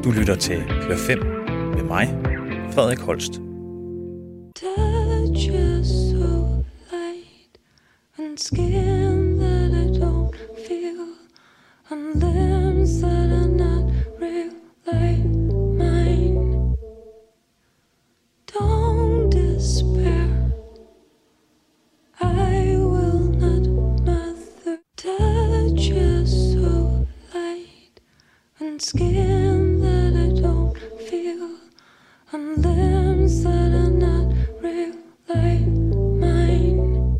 Du lytter til Klør 5 med mig, Frederik Holst. Touches so light and skin that I don't feel and limbs that are not real like mine. Don't despair, I will not mother. Touches so light and skin that I don't feel and limbs that are not real like mine.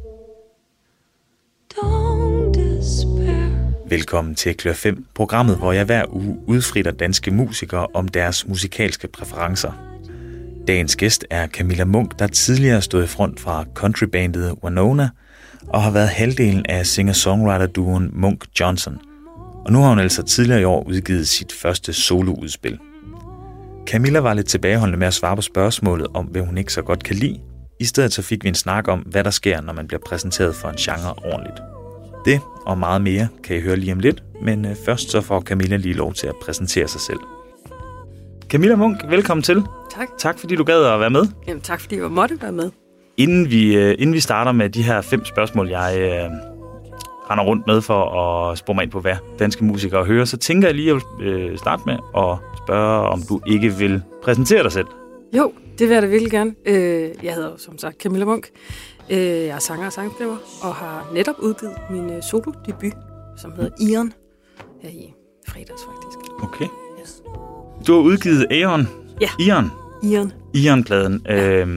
Don't despair. Velkommen til Klør 5, programmet, hvor jeg hver uge udfritter danske musikere om deres musikalske præferencer. Dagens gæst er Camilla Munk, der tidligere stod i front fra countrybandet Wynona og har været halvdelen af singer-songwriter-duoen Munk Johnson. Og nu har hun altså tidligere i år udgivet sit første soloudspil. Camilla var lidt tilbageholdende med at svare på spørgsmålet om, hvad hun ikke så godt kan lide. I stedet så fik vi en snak om, hvad der sker, når man bliver præsenteret for en genre ordentligt. Det og meget mere kan I høre lige om lidt, men først så får Camilla lige lov til at præsentere sig selv. Camilla Munk, velkommen til. Tak. Tak fordi du gad at være med. Jamen tak fordi jeg måtte være med. Inden vi starter med de her 5 spørgsmål, jeg render rundt med for at spore mig ind på, hvad danske musikere hører, så tænker jeg lige at starte med at spørge, om du ikke vil præsentere dig selv. Jo, det vil jeg da virkelig gerne. Jeg hedder som sagt Camilla Munk. Jeg er sanger og sangskriver, og har netop udgivet min solo-debut, som hedder Iron, her i fredags faktisk. Okay. Ja. Du har udgivet Aeon. Ja. Iron-pladen. Ja.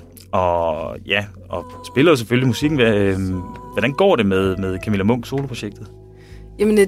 Og spiller jo selvfølgelig musikken. Hvordan går det med Camilla Munk soloprojektet? Jamen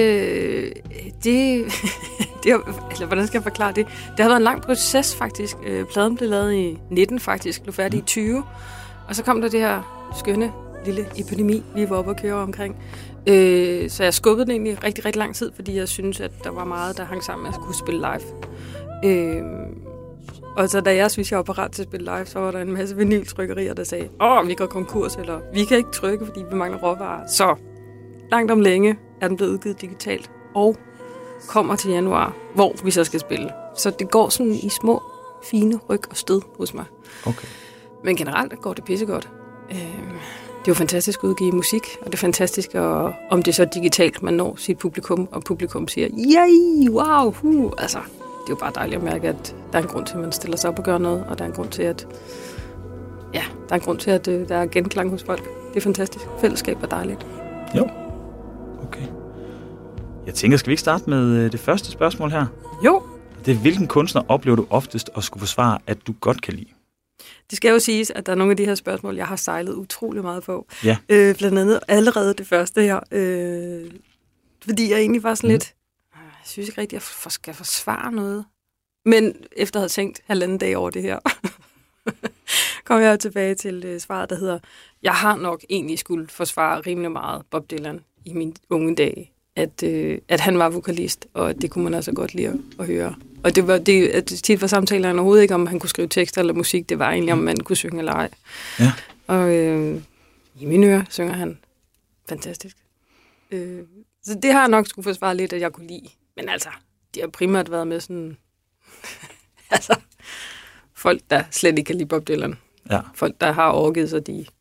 eller hvordan skal jeg forklare det? Det har været en lang proces faktisk. Pladen blev lavet i 19 faktisk, blev færdig i 20. Og så kom der det her skønne lille epidemi, vi var oppe og køre omkring. Så jeg skubbede den egentlig rigtig, rigtig lang tid, fordi jeg synes, at der var meget, der hang sammen med at skulle spille live. Og så da jeg synes, jeg var parat til at spille live, så var der en masse vinyltrykkerier, der sagde, vi går konkurs, eller vi kan ikke trykke, fordi vi mangler råvarer. Så langt om længe er den blevet udgivet digitalt, og kommer til januar, hvor vi så skal spille. Så det går sådan i små, fine ryg og stød hos mig. Okay. Men generelt går det pissegodt. Det er jo fantastisk at udgive musik, og det er fantastisk, om det så er digitalt, man når sit publikum, og publikum siger, yay, wow, altså, det er jo bare dejligt at mærke, at der er en grund til, at man stiller sig op og gør noget, og der er en grund til, at der er genklang hos folk. Det er fantastisk. Fællesskab er dejligt. Jo. Okay. Jeg tænker, skal vi ikke starte med det første spørgsmål her? Jo. Det er, hvilken kunstner oplever du oftest at skulle forsvare, at du godt kan lide? Det skal jo siges, at der er nogle af de her spørgsmål, jeg har sejlet utrolig meget på. Ja. Blandt andet allerede det første her. Fordi jeg egentlig var sådan lidt, jeg synes ikke rigtigt, at jeg skal forsvare noget. Men efter at have tænkt 1,5 dag over det her, kom jeg tilbage til svaret, der hedder, jeg har nok egentlig skulle forsvare rimelig meget Bob Dylan i mine unge dage. At han var vokalist, og det kunne man altså godt lide at høre. Og det tit var samtalerne overhovedet ikke, om han kunne skrive tekster eller musik. Det var egentlig, om man kunne synge eller ej. Ja. Og i mine ører synger han fantastisk. Så det har jeg nok skulle forsvare lidt, at jeg kunne lide. Men altså, det har primært været med sådan... altså, folk, der slet ikke kan lide Bob Dylan. Ja. Folk, der har overgivet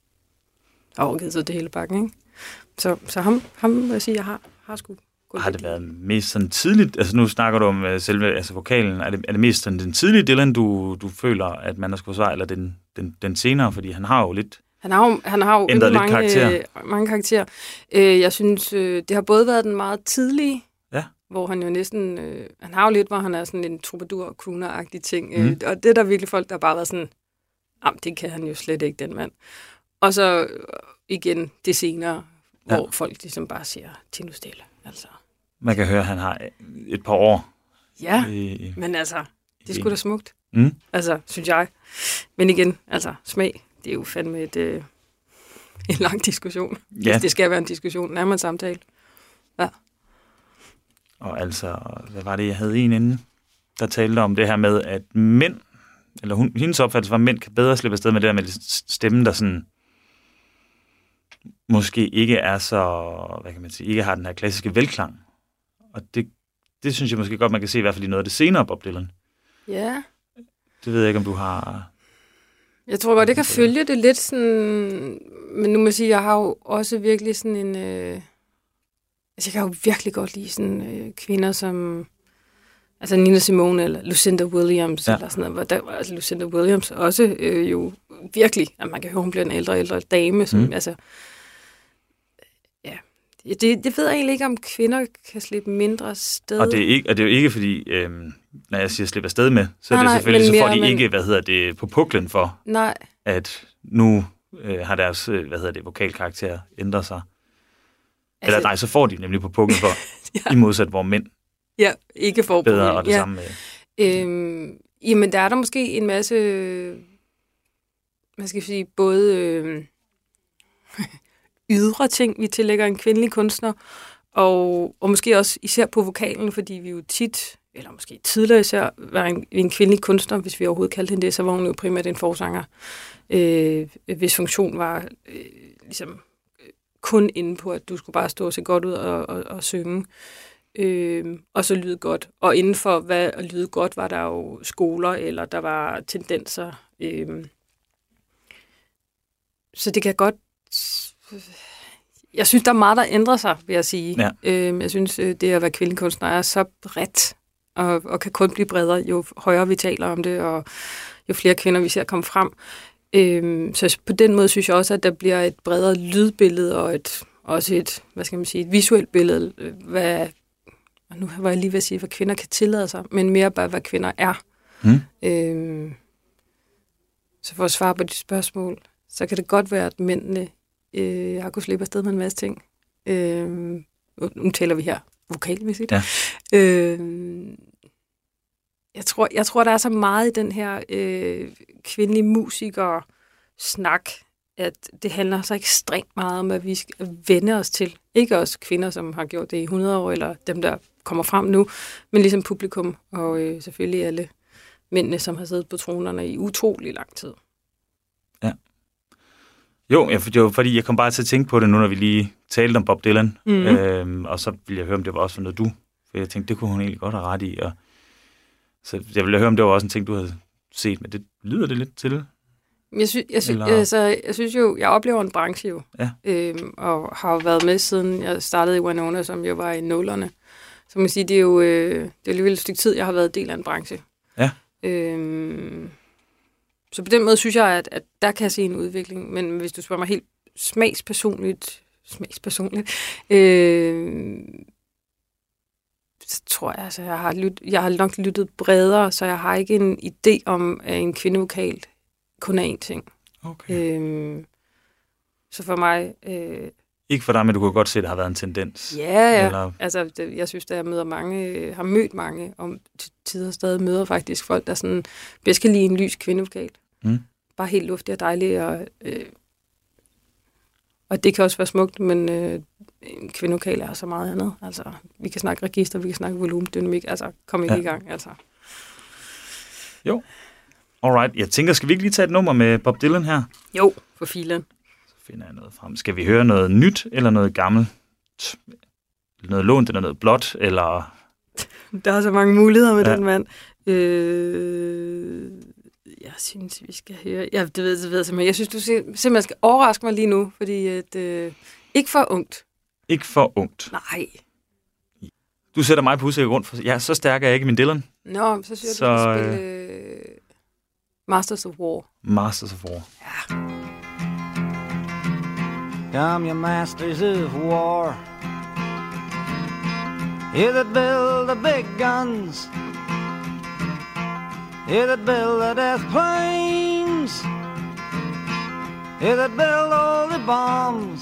sig det hele bakken, ikke? Så ham vil jeg sige, jeg har sgu... Har det været mest sådan tidligt, altså nu snakker du om selve vokalen, er det mest sådan den tidlige Dylan, du føler, at man har skulle forsvare, eller den senere, fordi han har jo lidt... Han har jo ændret lidt mange karakterer. Jeg synes, det har både været den meget tidlige, hvor han jo næsten... han har jo lidt, hvor han er sådan en troubadour crooner-agtig ting. Og det er der virkelig folk, der bare var sådan, det kan han jo slet ikke, den mand. Og så igen det senere, hvor folk ligesom bare siger, Tino stille, altså. Man kan høre, at han har et par år. Ja, men altså, det er sgu da smukt. Altså, synes jeg. Men igen, altså, smag, det er jo fandme en lang diskussion. Ja. Det skal være en diskussion, nærmere en samtale. Ja. Og altså, hvad var det, jeg havde en inden, der talte om det her med, at mænd, eller hendes opfattelse var, at mænd kan bedre slippe afsted med det der med stemmen, der sådan måske ikke er så, hvad kan man sige, ikke har den her klassiske velklang. Og det det synes jeg måske godt, man kan se i hvert fald i noget af det senere Bob Dylan. Ja. Det ved jeg ikke, om du har... Jeg tror godt, det kan følge det lidt sådan... Men nu må jeg sige, jeg har jo også virkelig sådan en... Altså, jeg kan jo virkelig godt lide sådan kvinder som... Altså Nina Simone eller Lucinda Williams eller sådan noget. Altså Lucinda Williams også jo virkelig... At man kan høre, hun bliver en ældre og ældre dame, som altså... Det ved jeg egentlig ikke, om kvinder kan slippe mindre afsted. Og det er jo ikke fordi, når jeg siger slippe afsted med, så er det selvfølgelig, så får de ikke, på puklen for, at nu har deres, vokalkarakter ændret sig. Altså, eller nej, så får de nemlig på puklen for, i modsat hvor mænd. Ja, ikke får bedre og det samme med. Jamen, der er der måske en masse, hvad skal jeg sige, både... ydre ting, vi tillægger en kvindelig kunstner, og måske også især på vokalen, fordi vi jo tit, eller måske tidligere især, var en kvindelig kunstner, hvis vi overhovedet kaldte hende det, så var hun jo primært en forsanger, hvis funktion var ligesom kun inde på, at du skulle bare stå og se godt ud og synge, og så lyde godt. Og inden for hvad at lyde godt, var der jo skoler, eller der var tendenser. Så det kan godt... Jeg synes, der er meget, der ændrer sig, vil jeg sige. Ja. Jeg synes, det at være kvindelig kunstner er så bredt, og kan kun blive bredere, jo højere vi taler om det, og jo flere kvinder vi ser komme frem. Så på den måde synes jeg også, at der bliver et bredere lydbillede, og også et, hvad skal man sige, et visuelt billede, nu var jeg lige ved at sige, hvad kvinder kan tillade sig, men mere bare, hvad kvinder er. Så for at svare på de spørgsmål, så kan det godt være, at mændene har kunnet slippe afsted med en masse ting. Nu taler vi her vokalmæssigt. Ja. Jeg tror, der er så meget i den her kvindelige musiker-snak, at det handler så ekstremt meget om, at vi skal vende os til. Ikke os kvinder, som har gjort det i 100 år, eller dem, der kommer frem nu, men ligesom publikum, og selvfølgelig alle mændene, som har siddet på tronerne i utrolig lang tid. Ja. Jo, fordi jeg kom bare til at tænke på det nu, når vi lige talte om Bob Dylan, og så ville jeg høre, om det var også noget du, for jeg tænkte, det kunne hun egentlig godt have ret i, og så jeg ville høre, om det var også en ting, du havde set, men det lyder det lidt til. Jeg synes jo, jeg oplever en branche jo, og har jo været med siden jeg startede i Winona, som jo var i nullerne. Så man siger, det er jo alligevel et stykke tid, jeg har været del af en branche. Ja. Så på den måde synes jeg, at der kan jeg se en udvikling. Men hvis du spørger mig helt smagspersonligt, så tror jeg, altså, jeg har nok lyttet bredere, så jeg har ikke en idé om, at en kvindevokal kun er én ting. Okay. Så for mig... Ikke for dig, men du kunne godt se, at der har været en tendens. Ja. Eller... Altså, jeg synes, at jeg møder mange, har mødt mange, om tider stadig møder faktisk folk, der sådan bedst kan lide en lys kvindevokal. Bare helt luftig og dejlig, og det kan også være smukt, men en kvindevokal er så meget andet. Altså, vi kan snakke register, vi kan snakke volumedynamik, altså kom ikke i gang. Altså. Jo. Alright, jeg tænker, skal vi ikke lige tage et nummer med Bob Dylan her? Jo, for filen. Så finder jeg noget frem. Skal vi høre noget nyt, eller noget gammelt? Noget lånt, eller noget blåt, eller... Der er så mange muligheder med den mand. Jeg synes, vi skal høre... Ja, det ved jeg simpelthen. Jeg synes, du simpelthen skal overraske mig lige nu, fordi at, ikke for ungt. Ikke for ungt? Nej. Du sætter mig på usikker grund, for så stærk er jeg ikke min Dylan. Nå, så synes jeg, du skal spille Masters of War. Masters of War. Ja. Come, you masters of war, you that build the big guns, you that build the death planes, you that build all the bombs,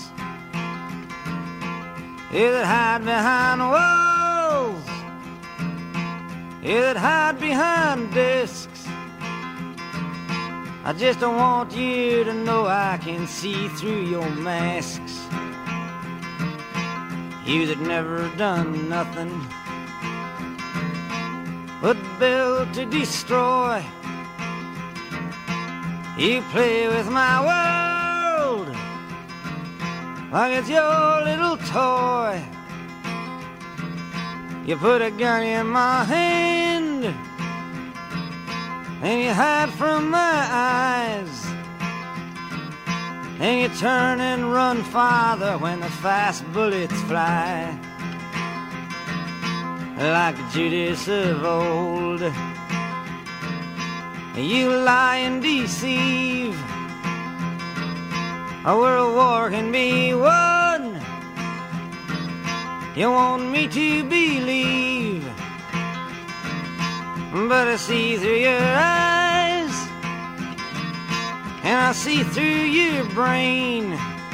you that hide behind walls, you that hide behind discs. I just don't want you to know I can see through your masks. You that never done nothing but build to destroy. You play with my world like it's your little toy. You put a gun in my hand, and you hide from my eyes, and you turn and run farther when the fast bullets fly. Like Judas of old, you lie and deceive. A world war can be won. You want me to believe, but I see through your eyes, and I see through your brain,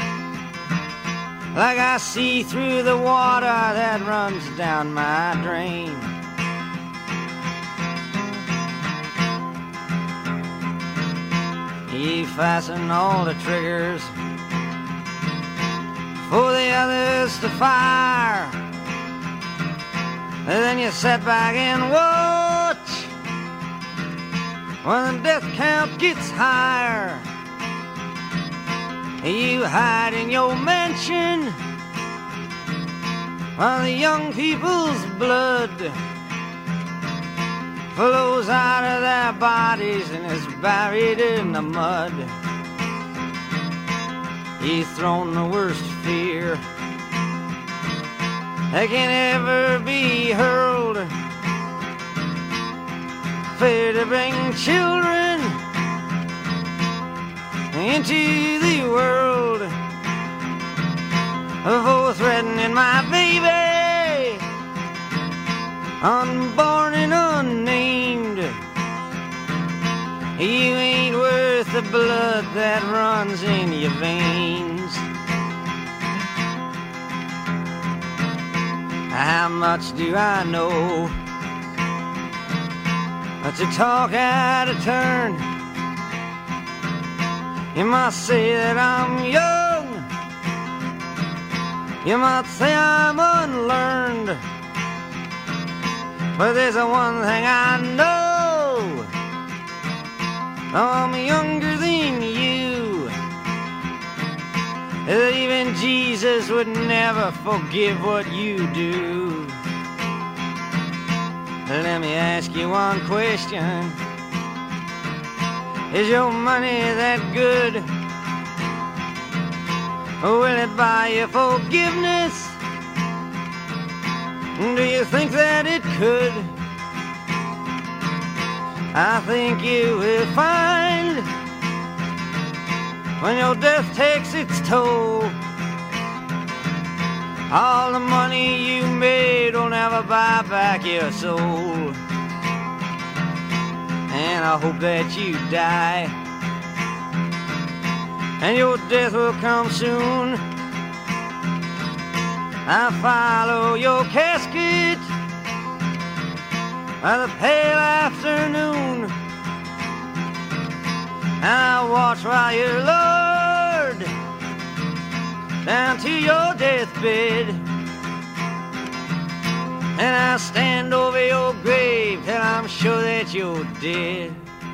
like I see through the water that runs down my drain. You fasten all the triggers for the others to fire, and then you sit back and watch when the death count gets higher. You hide in your mansion while the young people's blood flows out of their bodies and is buried in the mud. You've thrown the worst fear that can ever be hurled, fear to bring children into the world, for threatening my baby, unborn and unnamed. You ain't worth the blood that runs in your veins. How much do I know to talk out of turn? You might say that I'm young, you might say I'm unlearned, but there's one thing I know, I'm younger than you. Even Jesus would never forgive what you do. Let me ask you one question. Is your money that good? Will it buy you forgiveness? Do you think that it could? I think you will find when your death takes its toll, all the money you made will never buy back your soul. And I hope that you die, and your death will come soon. I follow your casket by the pale afternoon, and I watch while you're lowered down to your deathbed, and I stand over your grave till I'm sure that you're dead.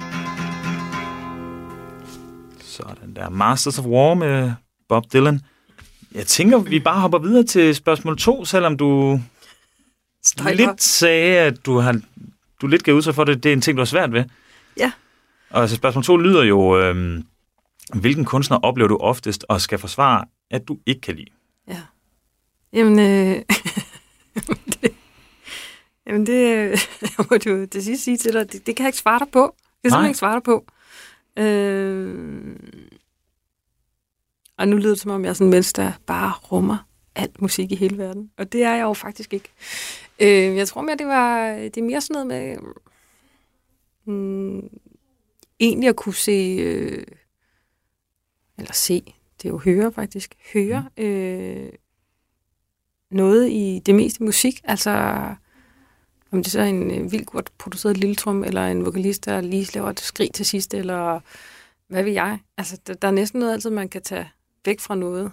Sådan der. Masters of War med Bob Dylan. Jeg tænker, vi bare hopper videre til spørgsmål 2, selvom du lidt sagde, at du lidt gav udtryk for det. Det er en ting, du har svært ved. Ja. Og altså, spørgsmål 2 lyder jo, hvilken kunstner oplever du oftest og skal forsvare, at du ikke kan lide? Ja. Jamen, det må du til sidst sige til dig. Det kan jeg ikke svare dig på. Det kan simpelthen ikke svare dig på. Og nu lyder det, som om jeg er sådan en menneske, der bare rummer alt musik i hele verden. Og det er jeg jo faktisk ikke. Jeg tror mere, det er mere sådan noget med egentlig at kunne se, eller se, det er jo høre faktisk, noget i det meste musik. Altså, om det så er en vildt godt produceret lille trum, eller en vokalist, der lige laver et skrig til sidst, eller hvad ved jeg. Altså, der er næsten noget altid, man kan tage væk fra noget.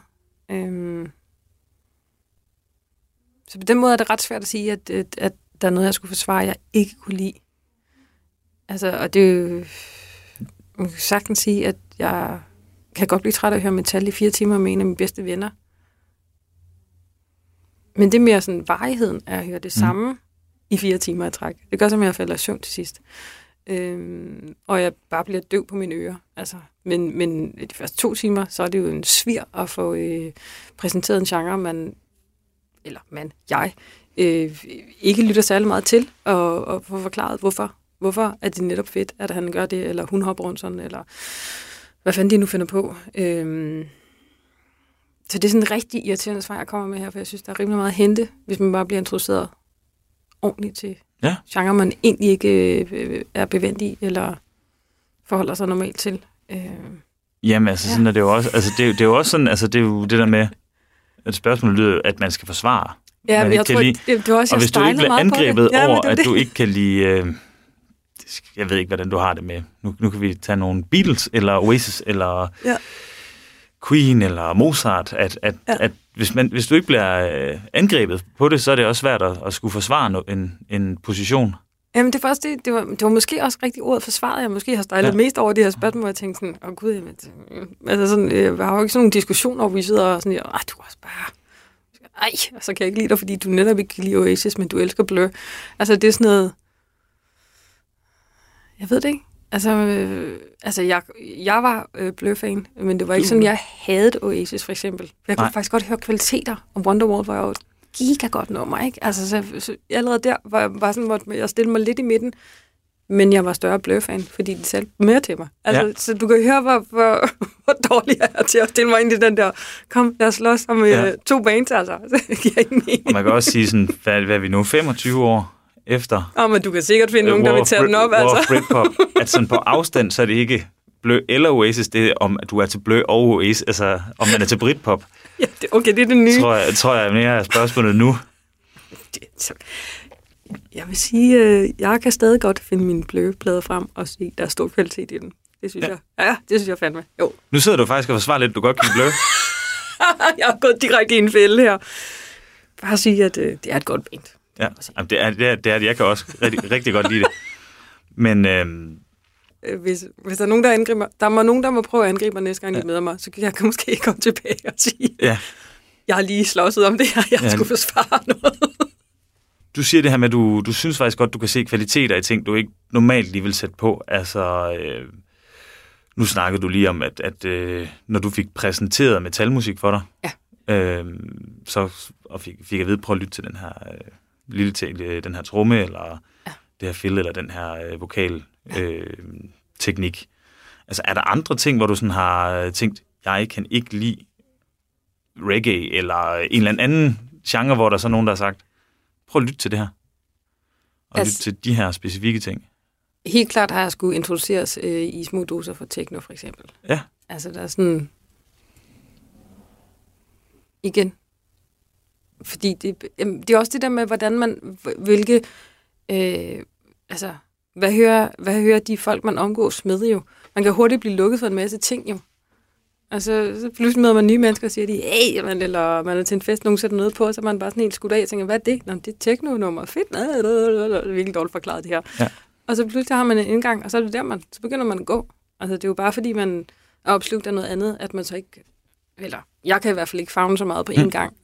Så på den måde er det ret svært at sige, at der er noget, jeg skulle forsvare, jeg ikke kunne lide. Altså, og det er jo, man kan sagtens sige, at jeg kan godt blive træt af at høre metal i 4 timer med en af mine bedste venner. Men det er mere sådan varigheden af at høre det samme i 4 timer i træk. Det gør så, at jeg falder i søvn til sidst. Og jeg bare bliver døv på mine ører. Altså, men de første 2 timer, så er det jo en svir at få præsenteret en genre, jeg ikke lytter særlig meget til, og få forklaret, hvorfor er det netop fedt, at han gør det, eller hun hopper rundt sådan, eller hvad fanden de nu finder på. Så det er sådan en rigtig irriterende svar, jeg kommer med her, for jeg synes, der er rimelig meget at hente, hvis man bare bliver introduceret ordentligt til genre, man egentlig ikke er bevendt i, eller forholder sig normalt til. Jamen, altså sådan er det jo også. Altså, det er jo også sådan, altså det er jo det der med, at spørgsmålet lyder, at man skal forsvare. Ja, men jeg tror, det var også, og hvis du ikke bliver angrebet over, at det. du ikke kan lide... jeg ved ikke, hvordan du har det med. Nu kan vi tage nogle Beatles, eller Oasis, eller Queen, eller Mozart. At hvis du ikke bliver angrebet på det, så er det også svært at skulle forsvare en position. Jamen, det var måske også rigtig ordet forsvaret. Jeg måske har stejlet mest over de her spørgsmål, hvor jeg tænkte sådan, gud, jamen, altså sådan, jeg har jo ikke sådan nogle diskussioner, hvor vi sidder og sådan, du også bare... og så kan jeg ikke lide dig, fordi du netop ikke kan lide Oasis, men du elsker Blur. Altså, det er sådan noget... Jeg ved det ikke. Altså jeg var Blur-fan, men det var ikke sådan, jeg havde Oasis, for eksempel. Jeg kunne faktisk godt høre kvaliteter, og Wonderwall var jo et gigagodt nummer, ikke? Altså, så allerede der var sådan, hvor jeg stillede mig lidt i midten, men jeg var større Blur-fan, fordi de sagde mere til mig. Altså, så du kan høre, hvor dårlig jeg er til at stille mig ind i den der, kom, lad os slås om 2 bands, altså. Det giver ikke mening. Og man kan også sige sådan, hvad er vi nu, 25 år efter? Men du kan sikkert finde nogen, der vil tage den op, altså. Britpop, at sådan på afstand, så er det ikke Blur eller Oasis, det er om, at du er til Blur og Oasis, altså om man er til Britpop. Ja, det er det nye. Tror jeg mere er spørgsmålet nu. Jeg vil sige, jeg kan stadig godt finde mine Blur-plader frem og sige, der er stor kvalitet i den. Det synes jeg. Ja, det synes jeg fandme. Jo. Nu sidder du faktisk og forsvarer lidt, du godt kan Blur. Jeg har gået direkte i en fælde her. Bare sige, at det er et godt band. Ja, det er det. Jeg kan også rigtig godt lide det. Men hvis der er nogen, der angriber, der må nogen, der må prøve at angribe mig næste gang, de møder mig, så kan jeg måske komme tilbage og sige, jeg har lige slåsset om det her, jeg skulle forsvare noget. Du siger det her med, at du synes faktisk godt, du kan se kvaliteter i ting, du ikke normalt lige vil sætte på. Altså, nu snakkede du lige om, at når du fik præsenteret metalmusik for dig, så fik jeg ved, prøv at lytte til den her den her tromme, eller det her fill, eller den her vokal teknik. Altså, er der andre ting, hvor du sådan har tænkt, jeg kan ikke lide reggae, eller en eller anden genre, hvor der så er nogen, der har sagt, prøv at lytte til det her. Og lytte til de her specifikke ting. Helt klart har jeg skulle introduceres i små doser for techno, for eksempel. Ja. Altså, der er sådan... Igen. Fordi det er også det der med, hvordan man... Hvilke... hvad hører de folk, man omgås med jo? Man kan hurtigt blive lukket for en masse ting jo. Altså, så pludselig møder man nye mennesker og siger, hey, eller man er til en fest, nogen sætter noget på, så er man bare sådan helt skudt af og tænker, hvad er det? Nå, det er techno-nummer. Fedt. Det er virkelig dårligt forklaret, det her. Ja. Og så pludselig har man en indgang, og så er det der, så begynder man at gå. Altså, det er jo bare fordi, man er opslugt af noget andet, at man så ikke... Eller, jeg kan i hvert fald ikke favne så meget på én gang.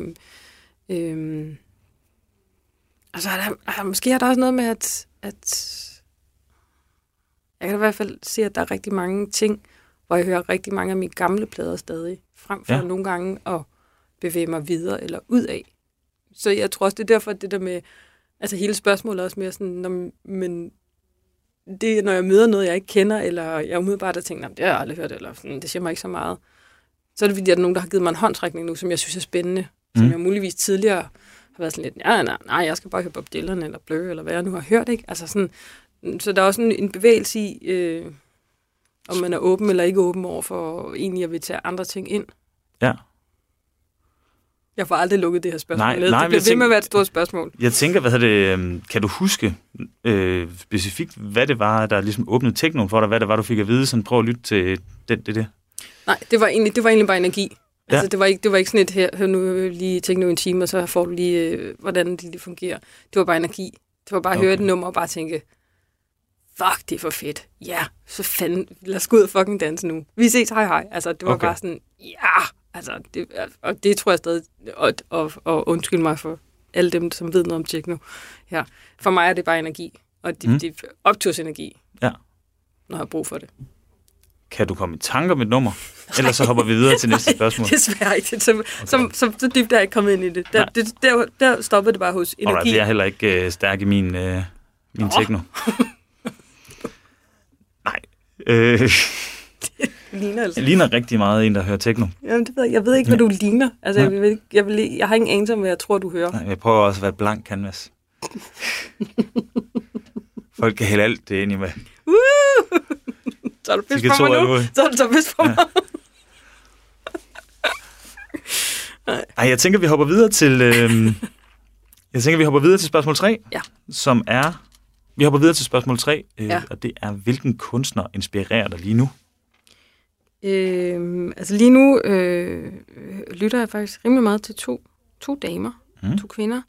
Og så måske er der også noget med, at jeg kan i hvert fald se, at der er rigtig mange ting, hvor jeg hører rigtig mange af mine gamle plader stadig, frem for nogle gange at bevæge mig videre eller ud af. Så jeg tror også, det er derfor, det der med, altså hele spørgsmålet er også mere sådan, men det er, når jeg møder noget, jeg ikke kender, eller jeg umiddelbart har tænkt, det har jeg aldrig hørt, eller sådan, det siger mig ikke så meget. Så er det fordi, at der er nogen, der har givet mig en håndtrækning nu, som jeg synes er spændende, som jeg muligvis tidligere har været sådan lidt, nej, jeg skal bare høre Bob Dylan eller Blur, eller hvad jeg nu har hørt, ikke? Altså sådan, så der er også en bevægelse i, om man er åben eller ikke åben over for egentlig at vil tage andre ting ind. Ja. Jeg får aldrig lukket det her spørgsmål. Nej, det bliver ved med at være et stort spørgsmål. Jeg tænker, kan du huske specifikt, hvad det var, der ligesom åbnede technoen for dig? Hvad det var, du fik at vide? Sådan, prøv at lytte til det. Nej, det var egentlig bare energi. Ja. Altså, det var ikke sådan et hør nu lige techno en time, og så får du lige, hvordan det lige fungerer. Det var bare energi. Det var bare at høre et nummer og bare tænke, fuck, det er for fedt. Ja, så fanden, lad os gå ud og fucking danse nu. Vi ses, hej. Altså, det var bare sådan, Altså, og det tror jeg stadig, og undskyld mig for alle dem, som ved noget om techno. Ja. For mig er det bare energi, og det er optursenergi, når jeg har brug for det. Kan du komme i tanker med et nummer? Ellers så hopper vi videre til næste spørgsmål. Desværre ikke. Så dybt er jeg ikke kommet ind i det. Der stoppede det bare hos energi. Alright, jeg er heller ikke stærk i min techno. Nej. Det ligner rigtig meget en, der hører techno. Jamen, det ved jeg ved ikke, hvad du ligner. Altså, jeg har ingen anelse om, hvad jeg tror, du hører. Nej, jeg prøver også at være blank canvas. Folk kan hælde alt det ind i mig. Så er du pisse på mig nu. Så er du pisse på mig. Ej, jeg tænker, vi hopper videre til spørgsmål 3, som er... Vi hopper videre til spørgsmål 3, og det er, hvilken kunstner inspirerer dig lige nu? Altså lige nu lytter jeg faktisk rimelig meget til to damer, 2 kvinder.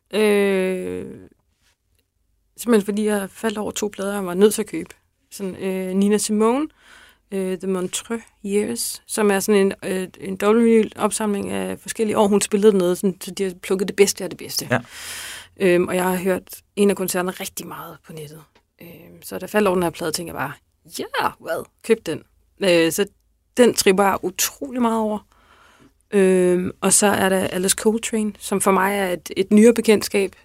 Simpelthen fordi jeg faldt over 2 plader, og var nødt til at købe. Sådan, Nina Simone, The Montreux Years, som er sådan en dobbeltvinyl opsamling af forskellige år. Hun spillede noget, sådan, så de har plukket det bedste af det bedste. Ja. Og jeg har hørt en af koncerterne rigtig meget på nettet. Så da jeg faldt over den her plade, tænkte jeg bare, køb den. Så den tripper jeg utrolig meget over. Og så er der Alice Coltrane, som for mig er et nyere bekendtskab.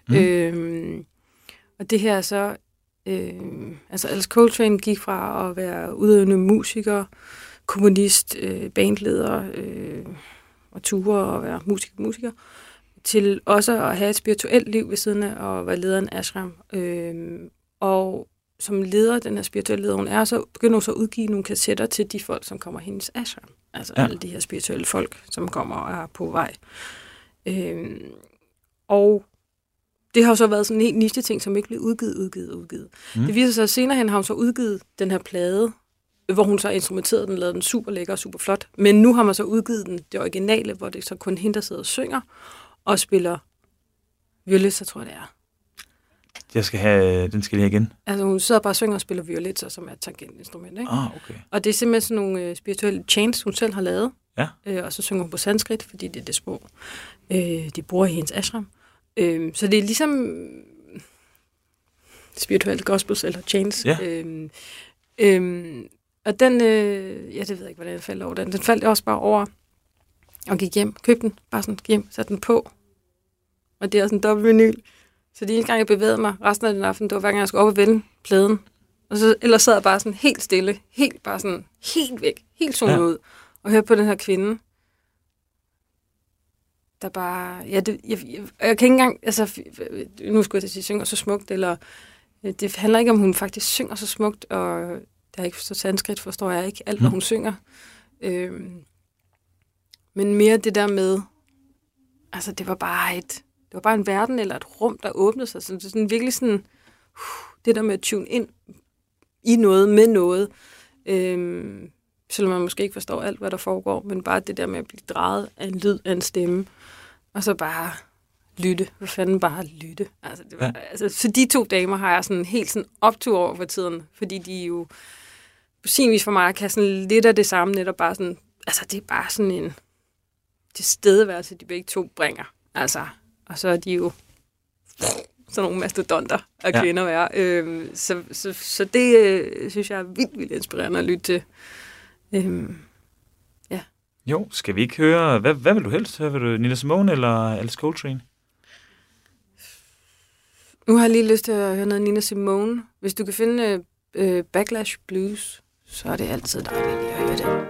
Og det her er så... altså Alice Coltrane gik fra at være udøvende musiker, komponist, bandleder og ture og være musiker, til også at have et spirituelt liv ved siden af at være leder af en ashram. Og som leder, den her spirituelle leder, hun er, så begynder hun så at udgive nogle kassetter til de folk, som kommer hendes ashram. Altså alle de her spirituelle folk, som kommer og er på vej. Og det har jo så været sådan en helt niche ting, som ikke blev udgivet. Det viser sig, at senere hen har hun så udgivet den her plade, hvor hun så instrumenterede den, lavede den super lækker og super flot. Men nu har man så udgivet den, det originale, hvor det så kun hende, der sidder og synger og spiller violitser, tror jeg det er. Den skal jeg igen. Altså hun sidder bare og synger og spiller violitser, som er et tangentinstrument, ikke? Okay. Og det er simpelthen sådan nogle spirituelle chants, hun selv har lavet. Ja. Og så synger hun på sanskrit, fordi det er det sprog, de bruger i hendes ashram. Så det er ligesom spirituelle gospels eller chants. Ja. Og den, det ved jeg ikke, hvordan jeg faldt over den. Den faldt også bare over og gik hjem, købte den, bare sådan hjem, satte den på. Og det er også en dobbelt vinyl. Så det eneste gang, jeg bevægede mig resten af den aften, det var hver gang, jeg skulle op og vende pladen. Og så ellers sad jeg bare sådan helt stille, helt væk, helt zonet ud, og hørte på den her kvinde, der bare... jeg kan ikke engang... Altså, nu skulle jeg sige, synger så smukt, eller... Det handler ikke om, hun faktisk synger så smukt, og der er ikke så sanskrit, forstår jeg ikke alt, hvad hun synger. Men mere det der med... Altså, det var bare en verden, eller et rum, der åbnede sig. Så det er sådan virkelig sådan... det der med at tune ind i noget, med noget. Selvom man måske ikke forstår alt, hvad der foregår, men bare det der med at blive drejet af en lyd, af en stemme, og så bare lytte. Hvad fanden bare lytte? Altså, det var, så de 2 damer har jeg sådan helt sådan optur over for tiden, fordi de jo på sin vis for mig kan sådan lidt af det samme, netop bare sådan, altså det er bare sådan en tilstedeværelse, de begge 2 bringer. Altså, og så er de jo sådan nogle mastodonter af kvinder være. Så det synes jeg er vildt inspirerende at lytte til. Jo, skal vi ikke høre... Hvad vil du helst høre? Vil du Nina Simone eller Alice Coltrane? Nu har jeg lige lyst til at høre noget Nina Simone. Hvis du kan finde Backlash Blues, så er det altid dejligt at høre det.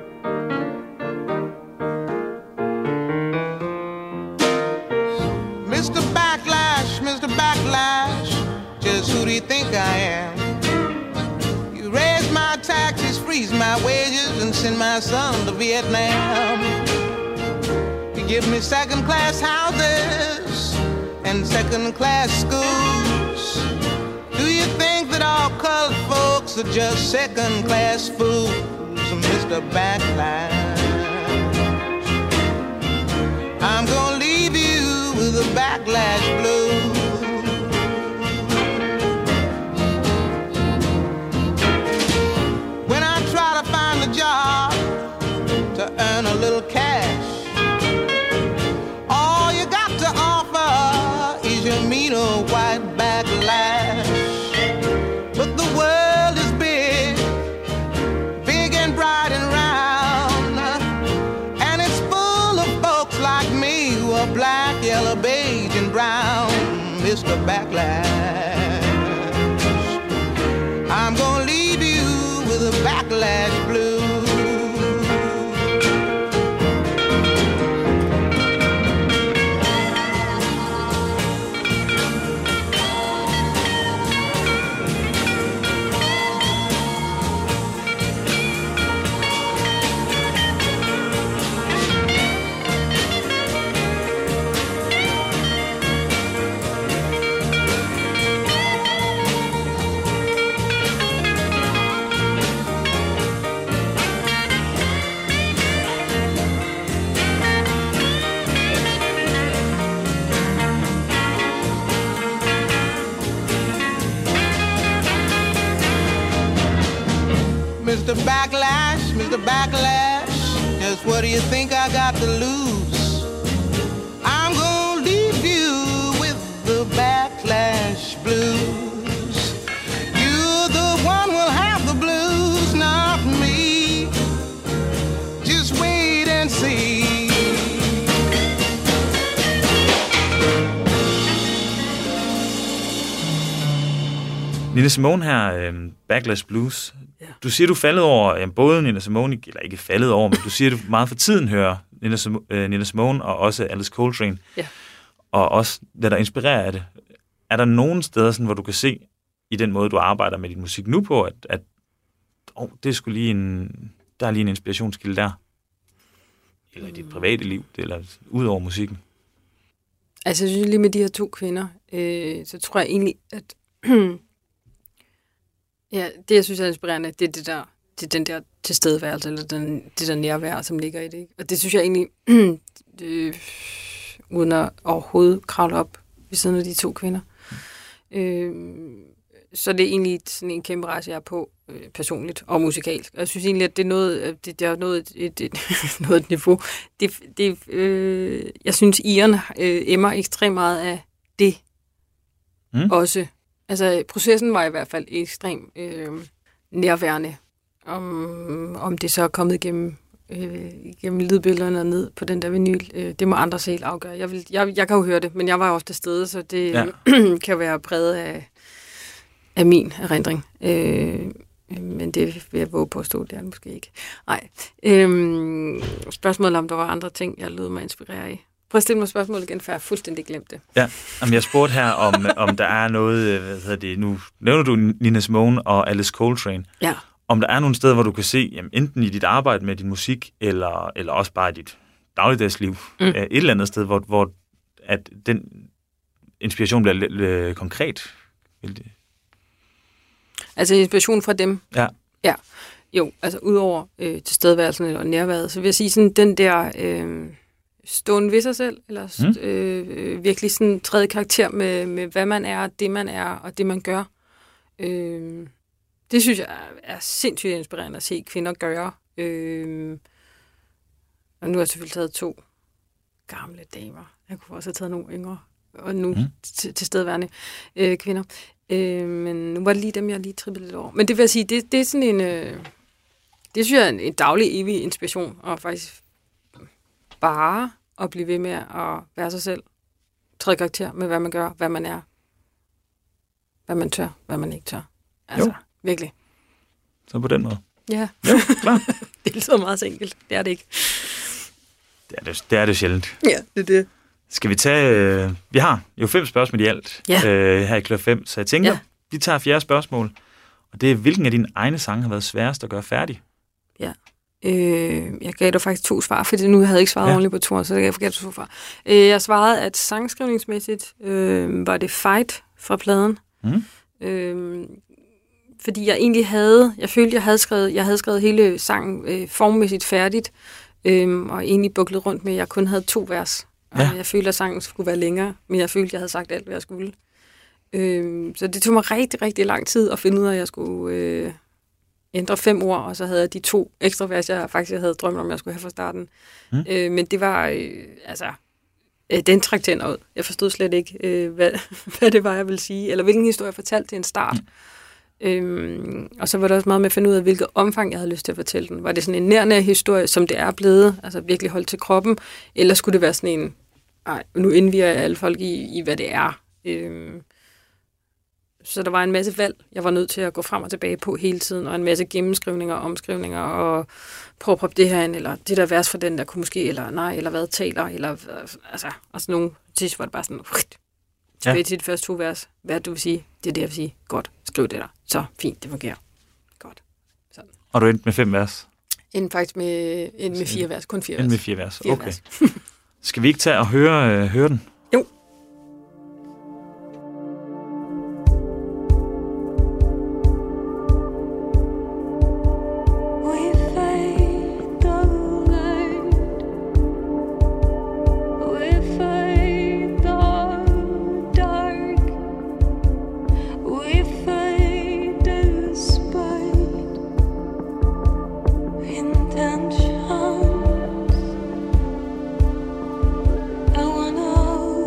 Mr. Backlash, just who do you think I am? You raise my taxes, freeze my wages, and send my son to Vietnam. You give me second-class houses and second-class schools. Do you think that all colored folks are just second-class fools, Mr. Backlash? I'm gonna leave you with a backlash blues. When I try to find a job to earn a little cash, white backlash. But the world is big, big and bright and round, and it's full of folks like me who are black, yellow, beige, and brown. Mr. Backlash, I'm gonna leave you with a backlash blues. Mr. Backlash, Mr. Backlash, just what do you think I got to lose? I'm gonna leave you with the backlash blues. You're the one will have the blues, not me. Just wait and see. Nina Simone her, Backlash Blues. Du siger, du faldet over både Nina Simone, eller ikke faldet over, men du siger, du meget for tiden hører Nina Simone og også Alice Coltrane. Ja. Og også det, der inspirerer af det. Er der nogen steder, sådan, hvor du kan se i den måde, du arbejder med din musik nu på, at det er sgu lige der er lige en inspirationskilde der? Eller i dit private liv, eller ud over musikken? Altså, jeg synes lige med de her to kvinder, så tror jeg egentlig, at ja, det, jeg synes er inspirerende, det er den der tilstedeværelse, eller det der nærvær, som ligger i det. Ikke? Og det synes jeg egentlig, uden at overhovedet kravle op ved siden af de to kvinder. Så det er egentlig sådan en kæmpe rejse, jeg er på personligt og musikalsk. Og jeg synes egentlig, at det er noget, det er noget et niveau. Jeg synes, Iren emmer ekstremt meget af det også. Altså, processen var i hvert fald ekstremt nærværende. Om det så er kommet igennem lydbillederne og ned på den der vinyl, det må andre selv afgøre. Jeg kan jo høre det, men jeg var jo ofte stede, så det kan være præget af min erindring. Men det vil jeg våge på at stå, det er måske ikke. Nej. Spørgsmålet om der var andre ting, jeg lød mig inspirere af. Prøv at stille mig spørgsmålet igen, for jeg har fuldstændig glemt det. Ja, jeg spurgte her, om der er noget, nu nævner du Nina Simone og Alice Coltrane. Ja. Om der er nogle steder, hvor du kan se, jamen, enten i dit arbejde med din musik, eller også bare i dit dagligdagsliv, et eller andet sted, hvor at den inspiration bliver lidt konkret. Altså inspiration fra dem? Ja. Ja. Jo, altså udover tilstedeværelsen eller nærværet, så vil jeg sige sådan, den der stående ved sig selv, eller virkelig sådan tredje karakter med hvad man er, det man er, og det man gør. Det synes jeg er sindssygt inspirerende at se kvinder gøre. Og nu har jeg selvfølgelig taget 2 gamle damer. Jeg kunne også have taget nogle yngre, og nu tilstedeværende kvinder. Men nu var det lige dem, jeg lige trippede lidt over. Men det vil jeg sige, det er sådan en... det synes jeg er en daglig, evig inspiration, og faktisk bare at blive ved med at være sig selv. Tredje karakter med, hvad man gør, hvad man er. Hvad man tør, hvad man ikke tør. Altså, virkelig. Så på den måde. Ja. Jo, klar. Det er så meget så enkelt. Det er det ikke. Det er det sjældent. Ja, det er det. Skal vi tage... vi har jo 5 spørgsmål i alt her i Klør 5, så jeg tænker, vi tager 4. spørgsmål. Og det er, hvilken af dine egne sange har været sværest at gøre færdig? Ja. Jeg gav dig faktisk 2 svar, fordi nu havde jeg ikke svaret ordentligt på 2, så jeg forgav 2 svar. Jeg svarede, at sangskrivningsmæssigt var det Fight fra pladen. Fordi jeg egentlig jeg følte, jeg havde skrevet hele sangen formmæssigt færdigt, og egentlig buklet rundt med, at jeg kun havde 2 vers. Ja. Jeg følte, at sangen skulle være længere, men jeg følte, at jeg havde sagt alt, hvad jeg skulle. Så det tog mig rigtig, rigtig lang tid at finde ud af, at jeg skulle ændre 5 ord, og så havde jeg de 2 ekstra vers, jeg faktisk havde drømt om, jeg skulle have fra starten. Men det var, Den trak tænder ud. Jeg forstod slet ikke, hvad det var, jeg ville sige, eller hvilken historie jeg fortalte til en start. Og så var det også meget med at finde ud af, hvilket omfang jeg havde lyst til at fortælle den. Var det sådan en nær historie, som det er blevet, altså virkelig holdt til kroppen, eller skulle det være sådan en, nu indviger jeg alle folk i hvad det er. Så der var en masse valg, jeg var nødt til at gå frem og tilbage på hele tiden, og en masse gennemskrivninger, omskrivninger, og prøve at proppe det her ind, eller det der vers for den, der kunne måske, eller nej, eller hvad taler, eller altså, og sådan nogle, til var det bare sådan, tilbage til de første 2 vers. Hvad du vil sige, det er det, jeg vil sige. Godt, skriv det der. Så fint, det fungerer. Godt. Sådan. Og du endte med 5 vers? Endte faktisk med 4 vers, kun 4 vers. Endte med 4 vers, okay. Skal vi ikke tage og høre den? Jo. I wanna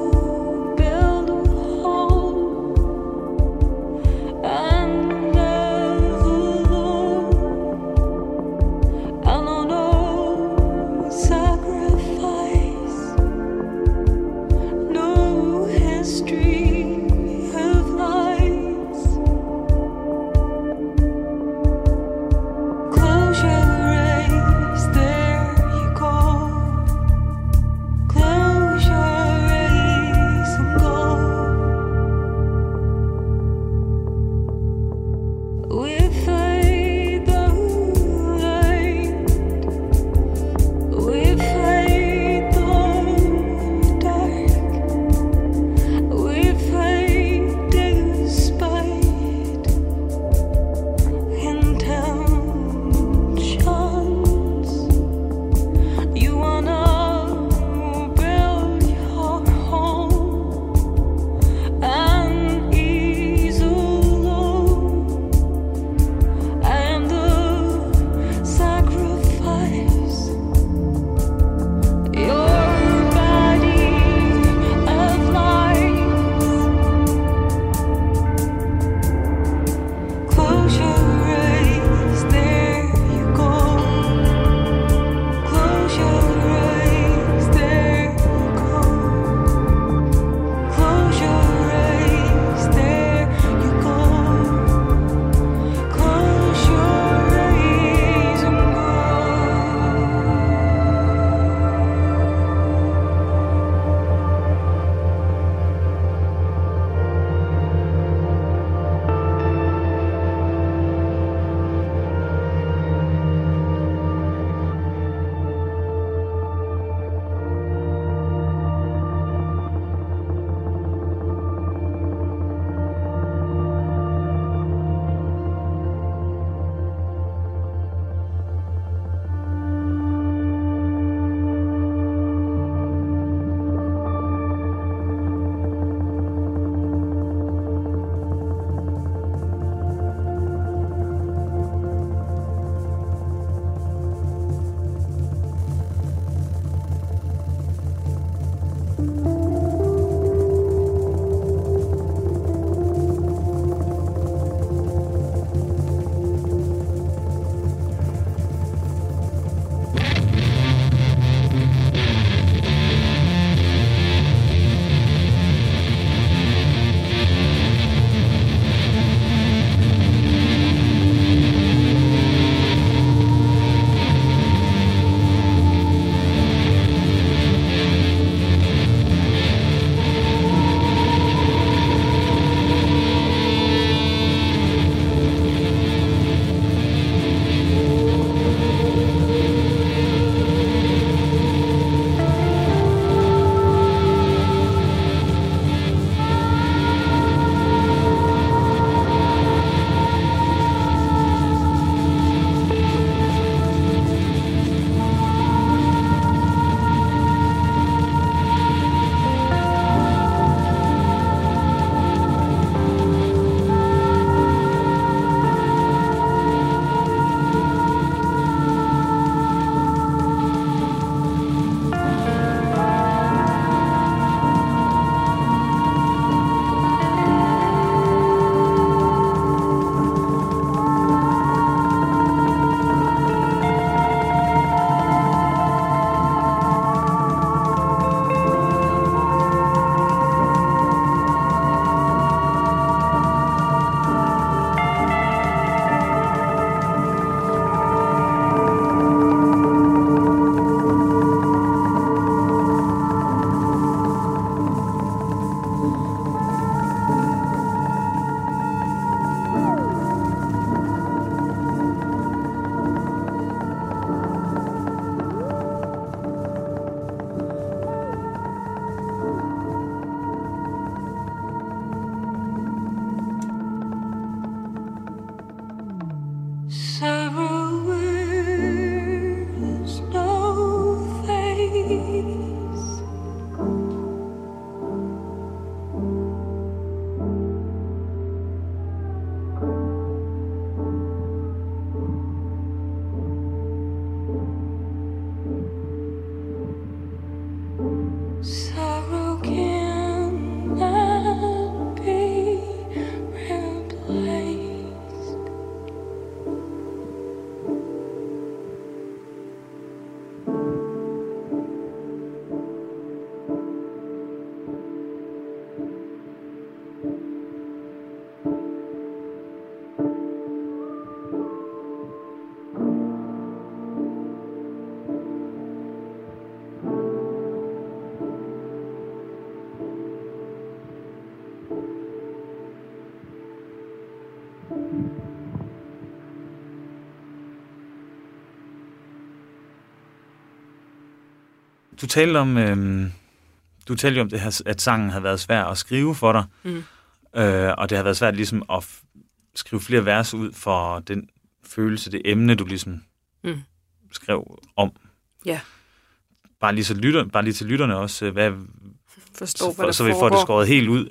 Du talte jo om det her, at sangen havde været svær at skrive for dig, og det har været svært ligesom at skrive flere vers ud for den følelse, det emne, du ligesom skrev om. Ja. Bare lige til lytterne også, Så vi får det skåret helt ud.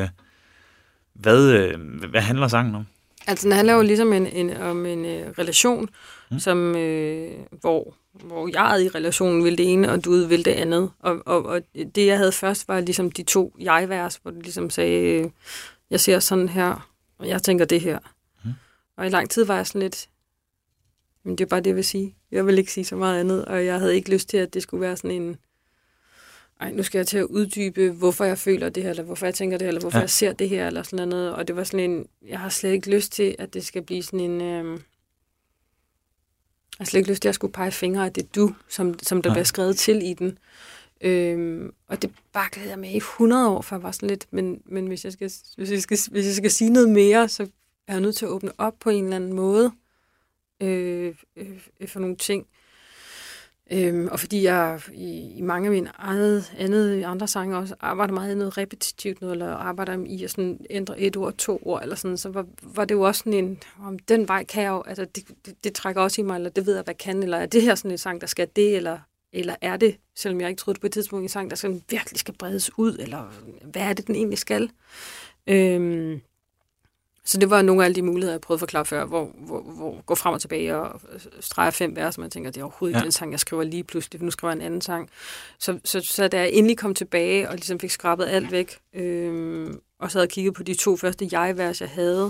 Hvad handler sangen om? Altså, den handler jo ligesom om en relation, som, hvor jeg i relationen ville det ene, og du ville det andet. Og det, jeg havde først, var ligesom de to jeg-vers, hvor du ligesom sagde, jeg ser sådan her, og jeg tænker det her. Og i lang tid var jeg sådan lidt, men det er bare det, jeg vil sige. Jeg vil ikke sige så meget andet, og jeg havde ikke lyst til, at det skulle være sådan en, nu skal jeg til at uddybe, hvorfor jeg føler det her, eller hvorfor jeg tænker det her, eller hvorfor jeg ser det her, eller sådan noget. Og det var sådan en, jeg har slet ikke lyst til, at det skal blive sådan en, jeg har slet ikke lyst til, at jeg skulle pege fingre, at det er du, som der bliver skrevet til i den. Og det bakkede jeg med i 100 år, for jeg var sådan lidt, men hvis jeg skal sige noget mere, så er jeg nødt til at åbne op på en eller anden måde for nogle ting. Og fordi jeg i mange af mine andre sange også arbejder meget i noget repetitivt noget, eller arbejder i at sådan ændre 1 ord, 2 ord, eller sådan, så var det jo også sådan en, om den vej kan jeg jo, altså det trækker også i mig, eller det ved jeg, hvad jeg kan, eller er det her sådan en sang, der skal det, eller er det, selvom jeg ikke troede på et tidspunkt, en sang, der sådan virkelig skal bredes ud, eller hvad er det, den egentlig skal? Så det var nogle af alle de muligheder, jeg prøvede at forklare før, hvor gå frem og tilbage og streger 5 vers, og man tænker, det er overhovedet ikke den sang, jeg skriver lige pludselig, for nu skriver jeg en anden sang. Så da jeg endelig kom tilbage, og ligesom fik skrabet alt væk, og så havde jeg kigget på de 2 første jeg-vers, jeg havde,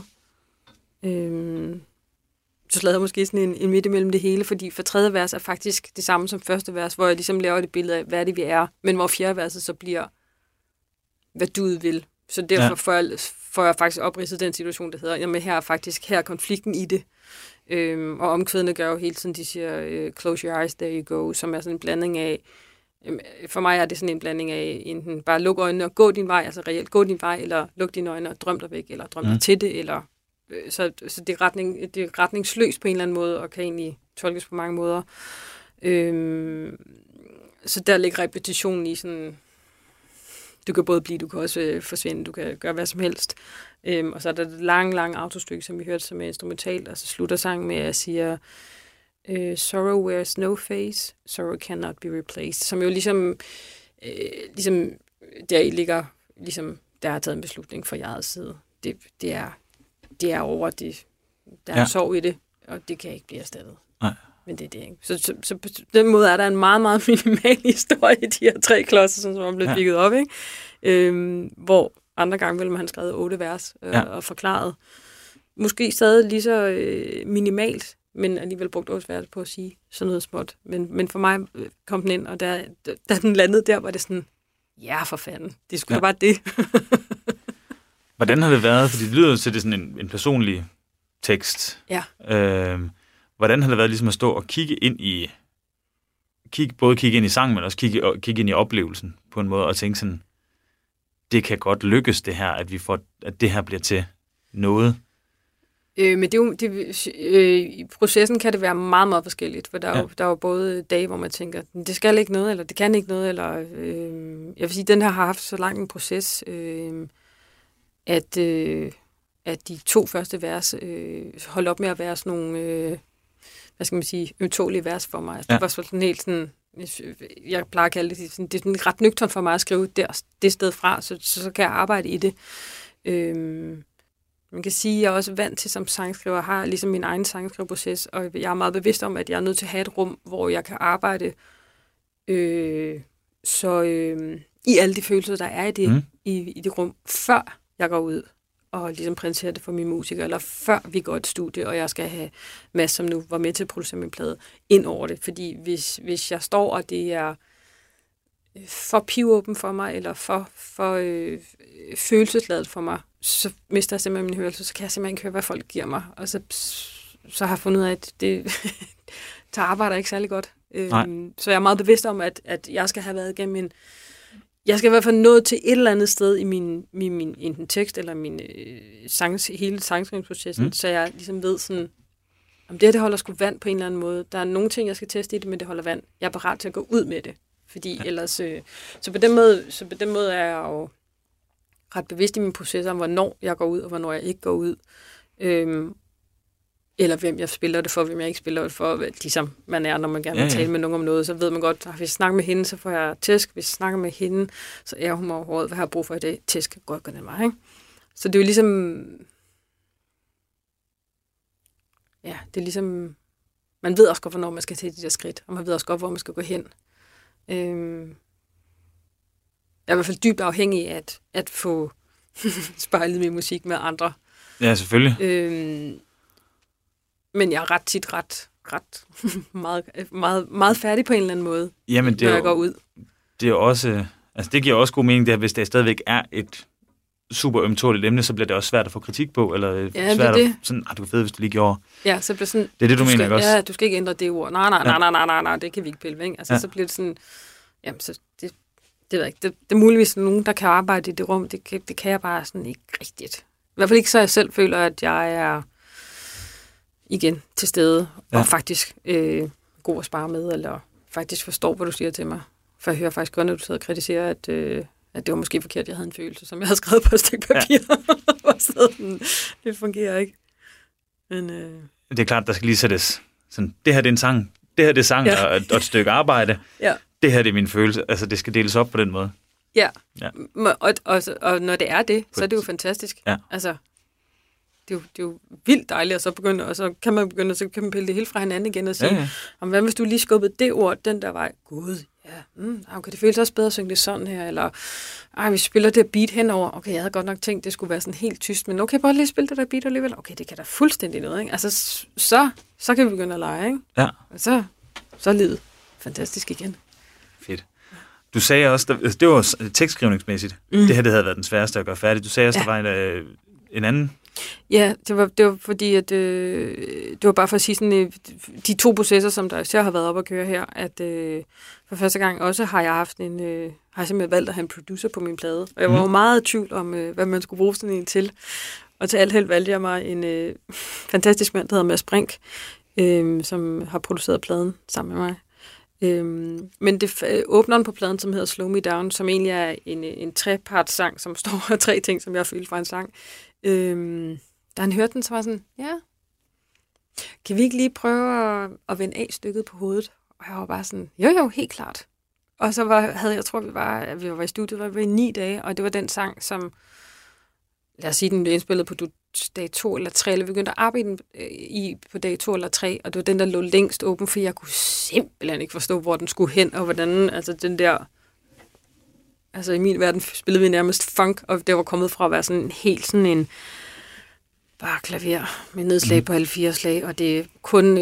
så lavede jeg måske sådan en midt imellem det hele, fordi for 3. vers er faktisk det samme som første vers, hvor jeg ligesom laver det billede af, hvad er det, vi er, men hvor 4. verset så bliver, hvad du vil. Så derfor får jeg faktisk opridset den situation, der hedder, jamen her er konflikten i det. Og omkvædene gør jo hele tiden, de siger, close your eyes, there you go, som er sådan en blanding af, for mig er det sådan en blanding af, enten bare luk øjnene og gå din vej, altså reelt gå din vej, eller luk dine øjne og drøm dig væk, eller drøm dig til det, eller så det er retningsløst på en eller anden måde, og kan egentlig tolkes på mange måder. Så der ligger repetitionen i sådan, du kan både blive, du kan også forsvinde, du kan gøre hvad som helst. Og så er der et lang autostykke, som vi hørte, som er instrumentalt, og så slutter sangen med, at jeg siger, sorrow wears no face, sorrow cannot be replaced, som jo ligesom der ligger, ligesom der har taget en beslutning fra jeres side. Det er over det. Der er sorg i det, og det kan ikke blive erstattet. Nej. Men det er det ikke. Så på den måde er der en meget, meget minimal historie i de her 3 klodser, som er blevet bygget op, ikke? Hvor andre gange ville man have skrevet 8 vers og forklaret. Måske stadig lige så minimalt, men alligevel brugt 8 vers på at sige sådan noget småt. Men for mig kom den ind, og da den landede der, var det sådan, ja for fanden, det skulle da bare det. Hvordan har det været? Fordi det lyder til det sådan en personlig tekst. Ja. Hvordan har det været ligesom at stå og kigge ind i sangen, men også kigge ind i oplevelsen på en måde, og tænke sådan, det kan godt lykkes det her, at det her bliver til noget? Men i processen kan det være meget, meget forskelligt, for der er jo både dage, hvor man tænker, det skal ikke noget, eller det kan ikke noget, eller jeg vil sige, den her har haft så lang en proces, at de 2 første vers holdt op med at være sådan nogle, hvad skal man sige, ømtålige vers for mig. Altså, det var sådan helt sådan, jeg plejer at kalde det, sådan, det er sådan ret nøgtern for mig at skrive det sted fra, så kan jeg arbejde i det. Man kan sige, at jeg er også vant til som sangskriver, har ligesom min egen sangskriveproces, og jeg er meget bevidst om, at jeg er nødt til at have et rum, hvor jeg kan arbejde i alle de følelser, der er i det, i det rum, før jeg går ud og ligesom præsentere det for mine musikere, eller før vi går et studie, og jeg skal have Mads, som nu var med til at producere min plade, ind over det. Fordi hvis jeg står, og det er for pivåben for mig, eller for følelsesladet for mig, så mister jeg simpelthen min hørelse, så kan jeg simpelthen ikke høre, hvad folk giver mig. Og så har jeg fundet ud af, at det arbejder ikke særlig godt. Så jeg er meget bevidst om, at jeg skal have været igennem jeg skal i hvert fald nå til et eller andet sted i min enten tekst eller min hele sangskrivningsprocessen, så jeg ligesom ved sådan, om det holder sgu vand på en eller anden måde. Der er nogle ting, jeg skal teste i det, men det holder vand. Jeg er parat til at gå ud med det. Fordi ellers... Så på den måde er jeg jo ret bevidst i min proces om, hvornår jeg går ud, og hvornår jeg ikke går ud. Eller hvem jeg spiller det for, hvem jeg ikke spiller det for. Ligesom man er, når man gerne vil tale med nogen om noget, så ved man godt, at hvis jeg snakker med hende, så får jeg tæsk. Hvis jeg snakker med hende, så er hun mig overhovedet. Hvad har jeg brug for i det? Tæsk godt gå den vej, ikke? Så det er jo ligesom... Ja, det er ligesom... Man ved også godt, hvornår man skal tage de der skridt, og man ved også godt, hvor man skal gå hen. Jeg er i hvert fald dybt afhængig af at få spejlet min musik med andre. Ja, selvfølgelig. Men jeg er ret tit meget færdig på en eller anden måde, jamen, når jeg går ud. Det er også... Altså, det giver også god mening, at hvis der stadigvæk er et super ømtåligt emne, så bliver det også svært at få kritik på, eller svært at sådan, du er fed, hvis du lige gjorde. Ja, så bliver sådan... Det er det, du mener, ikke også? Ja, du skal ikke ændre det ord. Nej, det kan vi ikke pille væk. Altså, så bliver det sådan... Jamen, så det ved jeg ikke. Det er muligvis nogen, der kan arbejde i det rum. Det kan jeg bare sådan ikke rigtigt. I hvert fald ikke, så jeg selv føler, at jeg er igen til stede, og faktisk god at spare med, eller faktisk forstår, hvad du siger til mig. For jeg hører faktisk godt, når du sidder og kritiserer, at det var måske forkert, jeg havde en følelse, som jeg havde skrevet på et stykke papir. Ja. Det fungerer ikke. Men, det er klart, der skal lige sættes sådan, det her det er en sang, det her det er sang og et stykke arbejde. Ja. Det her det er min følelse. Altså, det skal deles op på den måde. Ja. Og når det er det, så er det jo fantastisk. Ja. Altså, det er jo vildt dejligt, og så kan man pille det helt fra hinanden igen og sige, hvad hvis du lige skubbede det ord den der vej? Gud, okay, det føles også bedre at synge det sådan her, eller vi spiller det beat henover. Okay, jeg havde godt nok tænkt, det skulle være sådan helt tyst, men okay, bare lige spille det der beat alligevel. Okay, det kan da fuldstændig noget, ikke? Altså, så kan vi begynde at lege, ikke? Ja. Og så er livet fantastisk igen. Fedt. Du sagde også, det var tekstskrivningsmæssigt, det her det havde været den sværeste at gøre færdigt. Du sagde også, der var en anden... Ja, det var fordi, at det var bare for at sige sådan, de to processer, som der især har været op at køre her, at for første gang også har jeg haft har jeg simpelthen valgt at have en producer på min plade. Og jeg var jo meget i tvivl om, hvad man skulle bruge sådan en til. Og til alt held valgte jeg mig en fantastisk mand, der hedder Mads Brink, som har produceret pladen sammen med mig. Men det åbneren på pladen, som hedder Slow Me Down, som egentlig er en treparts sang, som står af 3 ting, som jeg har følt fra en sang. Da han hørte den, så var sådan, kan vi ikke lige prøve at vende A-stykket på hovedet? Og jeg var bare sådan, jo, helt klart. Og så vi var i studiet, var vi i 9 dage, og det var den sang, som, lad os sige, den blev indspillet på dag 2 eller 3, eller vi begyndte at arbejde på dag 2 eller 3, og det var den, der lå længst åben, for jeg kunne simpelthen ikke forstå, hvor den skulle hen, og hvordan, altså den der, altså i min verden spillede vi nærmest funk, og det var kommet fra at være sådan helt sådan en, bare klaver med nedslag på alle 4 slag, og det er kun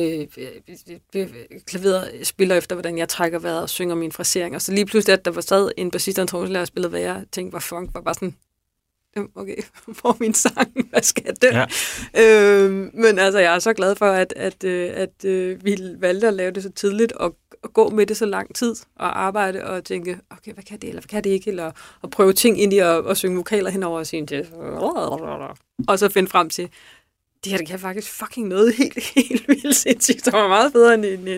klaveret spiller efter, hvordan jeg trækker vejret og synger min frasering, og så lige pludselig, at der var sad en bassist og en trommeslager og spillede, hvad jeg tænkte var funk, var bare sådan, okay, hvor min sang, hvad skal det? Ja. Men altså, jeg er så glad for, at vi valgte at lave det så tidligt, og gå med det så lang tid, og arbejde og tænke, okay, hvad kan det, eller hvad kan det ikke, eller at prøve ting ind i og synge vokaler henover og sige til, og så finde frem til, det her, det kan faktisk fucking noget helt vildt sindssygt, som er meget bedre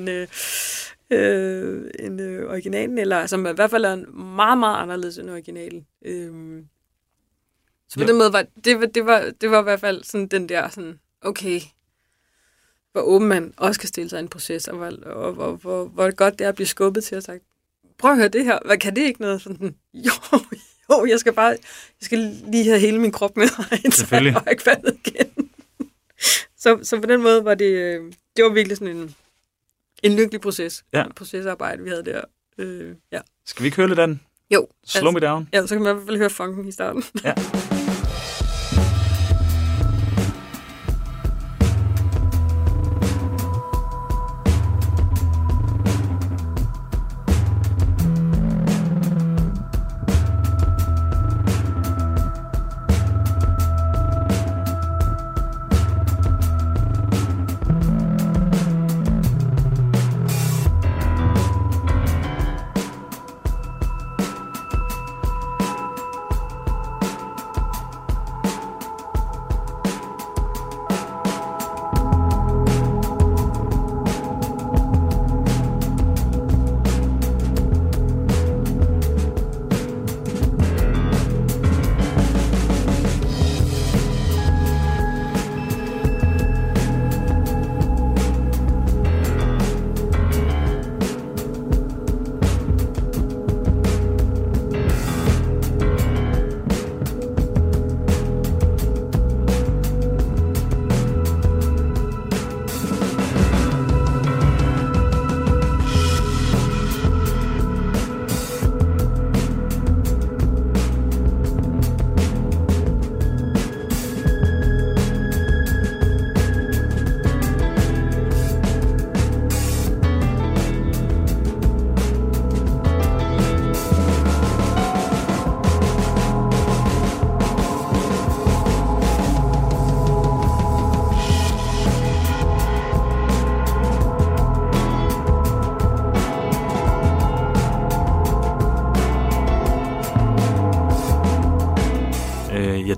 end originalen, eller som i hvert fald er meget, meget anderledes end originalen. Så på den måde var det var i hvert fald sådan den der sådan, okay, hvor åben man også kan stille sig i en proces, og hvor godt det er at blive skubbet til at sige, prøv at høre det her, hvad kan det ikke noget? Sådan, jo, jeg skal lige have hele min krop med herind, så jeg ikke faldet igen. Så på den måde var det var virkelig sådan en lykkelig proces, en procesarbejde, vi havde der. Ja. Skal vi ikke høre lidt af den? Jo. Slow me down. Ja, så kan man i hvert fald høre funken i starten. Ja.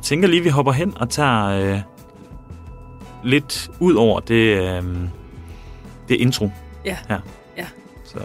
tænker lige, vi hopper hen og tager lidt ud over det intro her. Ja. Så...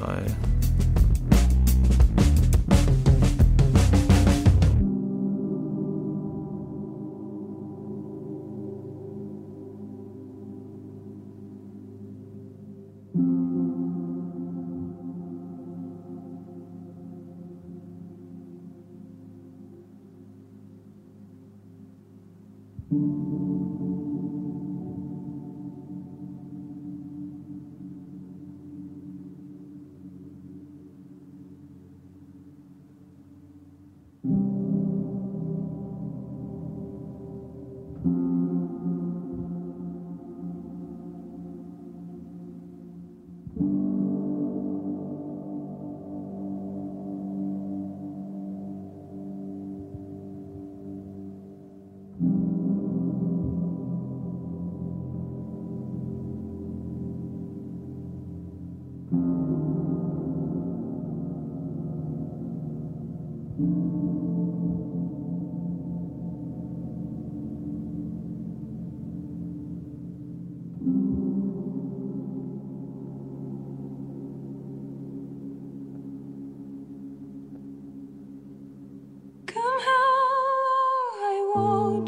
Come how I won't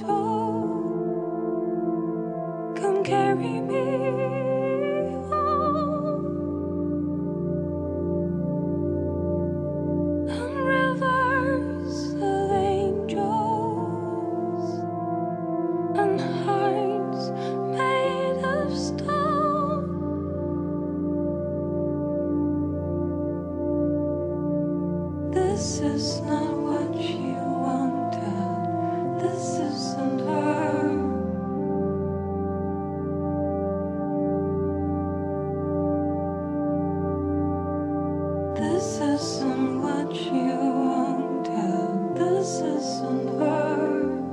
hold. Come carry me home. On rivers of angels and hearts made of stone. This is not what you wanted. This isn't her. This isn't what you wanted. This isn't her.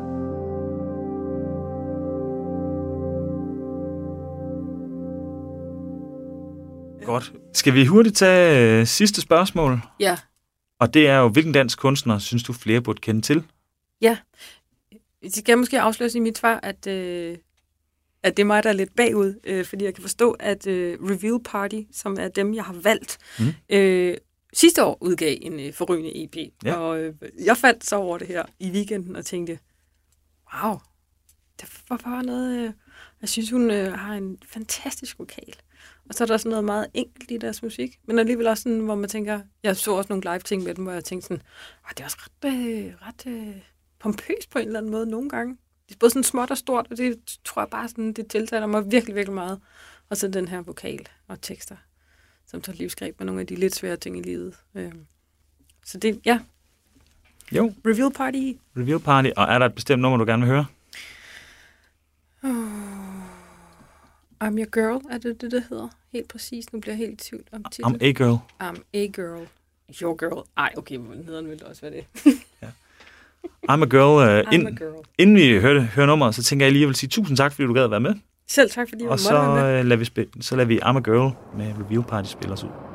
Godt. Skal vi hurtigt tage sidste spørgsmål? Ja. Og det er jo, hvilken dansk kunstner synes du flere burde kende til? Ja. Det skal måske afsløres i mit svar, at det er mig, der er lidt bagud, fordi jeg kan forstå, at Reveal Party, som er dem, jeg har valgt, sidste år udgav en forrygende EP. Ja. Og jeg faldt så over det her i weekenden og tænkte, wow, det var bare noget... Jeg synes, hun har en fantastisk vokal. Og så er der sådan noget meget enkelt i deres musik, men alligevel også sådan, hvor man tænker... Jeg så også nogle live-ting med dem, hvor jeg tænkte sådan, det er også ret pompøst på en eller anden måde nogle gange. Det er både sådan småt og stort, og det tror jeg bare sådan, det tiltaler mig virkelig, virkelig meget. Og så den her vokal og tekster, som tager livsgreb med nogle af de lidt svære ting i livet. Så det, ja. Jo. Reveal Party. Reveal Party. Og er der et bestemt nummer, du gerne vil høre? I'm Your Girl, er det hedder? Helt præcis. Nu bliver jeg helt i tvivl om titlen. I'm A Girl. I'm A Girl. Your Girl. Ej, okay, men hederen vil det også være det. Ja. I'm a Girl. I'm a Girl. Inden vi hører nummeret, så tænker jeg lige, at jeg vil sige tusind tak, fordi du gad at være med. Selv tak, fordi du måtte være med. Og så lader vi I'm a Girl med Reveal Party spille os ud.